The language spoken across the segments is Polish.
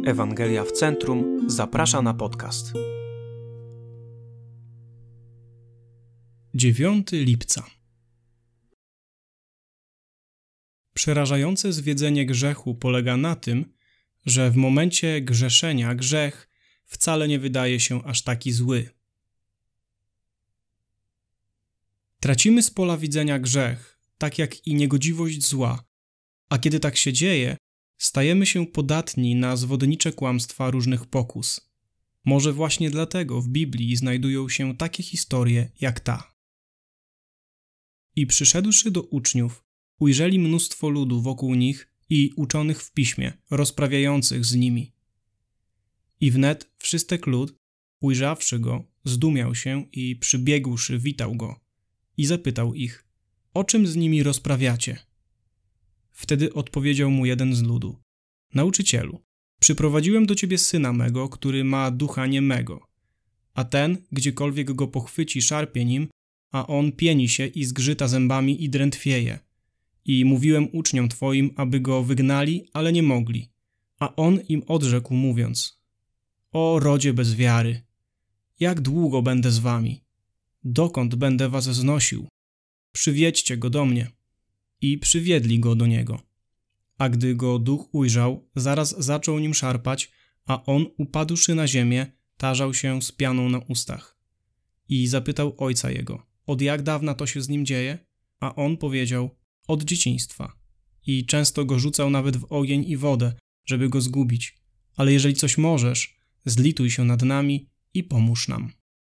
Ewangelia w Centrum zaprasza na podcast. 9 lipca. Przerażające zwiedzenie grzechu polega na tym, że w momencie grzeszenia grzech wcale nie wydaje się aż taki zły. Tracimy z pola widzenia grzech, tak jak i niegodziwość zła, a kiedy tak się dzieje, stajemy się podatni na zwodnicze kłamstwa różnych pokus. Może właśnie dlatego w Biblii znajdują się takie historie jak ta. I przyszedłszy do uczniów, ujrzeli mnóstwo ludu wokół nich i uczonych w piśmie, rozprawiających z nimi. I wnet wszystek lud, ujrzawszy go, zdumiał się i przybiegłszy witał go i zapytał ich, o czym z nimi rozprawiacie? Wtedy odpowiedział mu jeden z ludu, nauczycielu, przyprowadziłem do ciebie syna mego, który ma ducha niemego, a ten, gdziekolwiek go pochwyci, szarpie nim, a on pieni się i zgrzyta zębami i drętwieje. I mówiłem uczniom twoim, aby go wygnali, ale nie mogli. A on im odrzekł, mówiąc, o rodzie bez wiary, jak długo będę z wami? Dokąd będę was znosił? Przywiedźcie go do mnie. I przywiedli go do niego. A gdy go duch ujrzał, zaraz zaczął nim szarpać, a on, upadłszy na ziemię, tarzał się z pianą na ustach. I zapytał ojca jego, od jak dawna to się z nim dzieje? A on powiedział, od dzieciństwa. I często go rzucał nawet w ogień i wodę, żeby go zgubić. Ale jeżeli coś możesz, zlituj się nad nami i pomóż nam.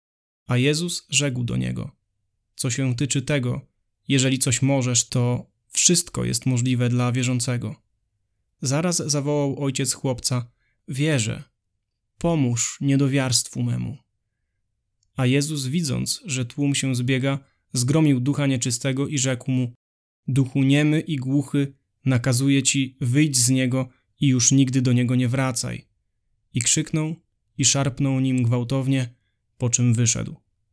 A Jezus rzekł do niego, co się tyczy tego, jeżeli coś możesz, to wszystko jest możliwe dla wierzącego. Zaraz zawołał ojciec chłopca, wierzę, pomóż niedowiarstwu memu. A Jezus, widząc, że tłum się zbiega, zgromił ducha nieczystego i rzekł mu, duchu niemy i głuchy, nakazuję ci, wyjdź z niego i już nigdy do niego nie wracaj. I krzyknął i szarpnął nim gwałtownie, po czym wyszedł.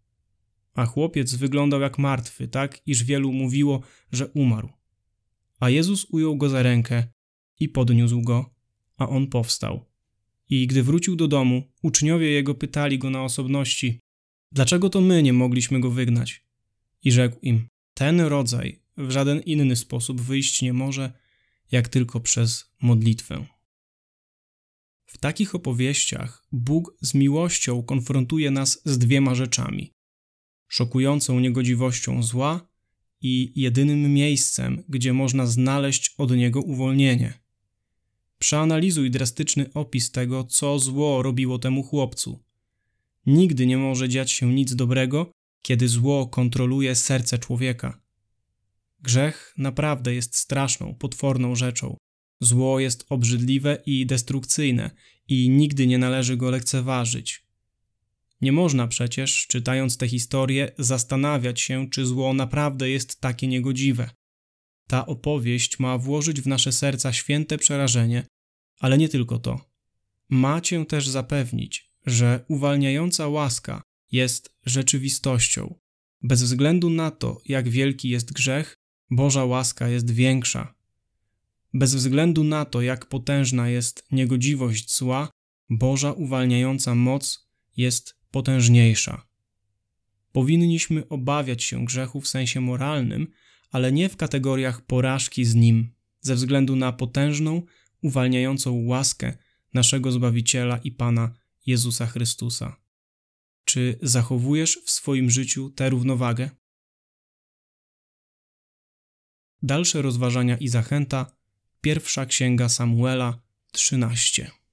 A chłopiec wyglądał jak martwy, tak, iż wielu mówiło, że umarł. A Jezus ujął go za rękę i podniósł go, a on powstał. I gdy wrócił do domu, uczniowie jego pytali go na osobności, dlaczego to my nie mogliśmy go wygnać? I rzekł im, ten rodzaj w żaden inny sposób wyjść nie może, jak tylko przez modlitwę. W takich opowieściach Bóg z miłością konfrontuje nas z dwiema rzeczami. Szokującą niegodziwością zła i jedynym miejscem, gdzie można znaleźć od niego uwolnienie. Przeanalizuj drastyczny opis tego, co zło robiło temu chłopcu. Nigdy nie może dziać się nic dobrego, kiedy zło kontroluje serce człowieka. Grzech naprawdę jest straszną, potworną rzeczą. Zło jest obrzydliwe i destrukcyjne i nigdy nie należy go lekceważyć. Nie można przecież, czytając tę historię, zastanawiać się, czy zło naprawdę jest takie niegodziwe. Ta opowieść ma włożyć w nasze serca święte przerażenie, ale nie tylko to. Ma cię też zapewnić, że uwalniająca łaska jest rzeczywistością. Bez względu na to, jak wielki jest grzech, Boża łaska jest większa. Bez względu na to, jak potężna jest niegodziwość zła, Boża uwalniająca moc jest potężniejsza. Powinniśmy obawiać się grzechu w sensie moralnym, ale nie w kategoriach porażki z nim, ze względu na potężną, uwalniającą łaskę naszego Zbawiciela i Pana Jezusa Chrystusa. Czy zachowujesz w swoim życiu tę równowagę? Dalsze rozważania i zachęta. Pierwsza Księga Samuela 13.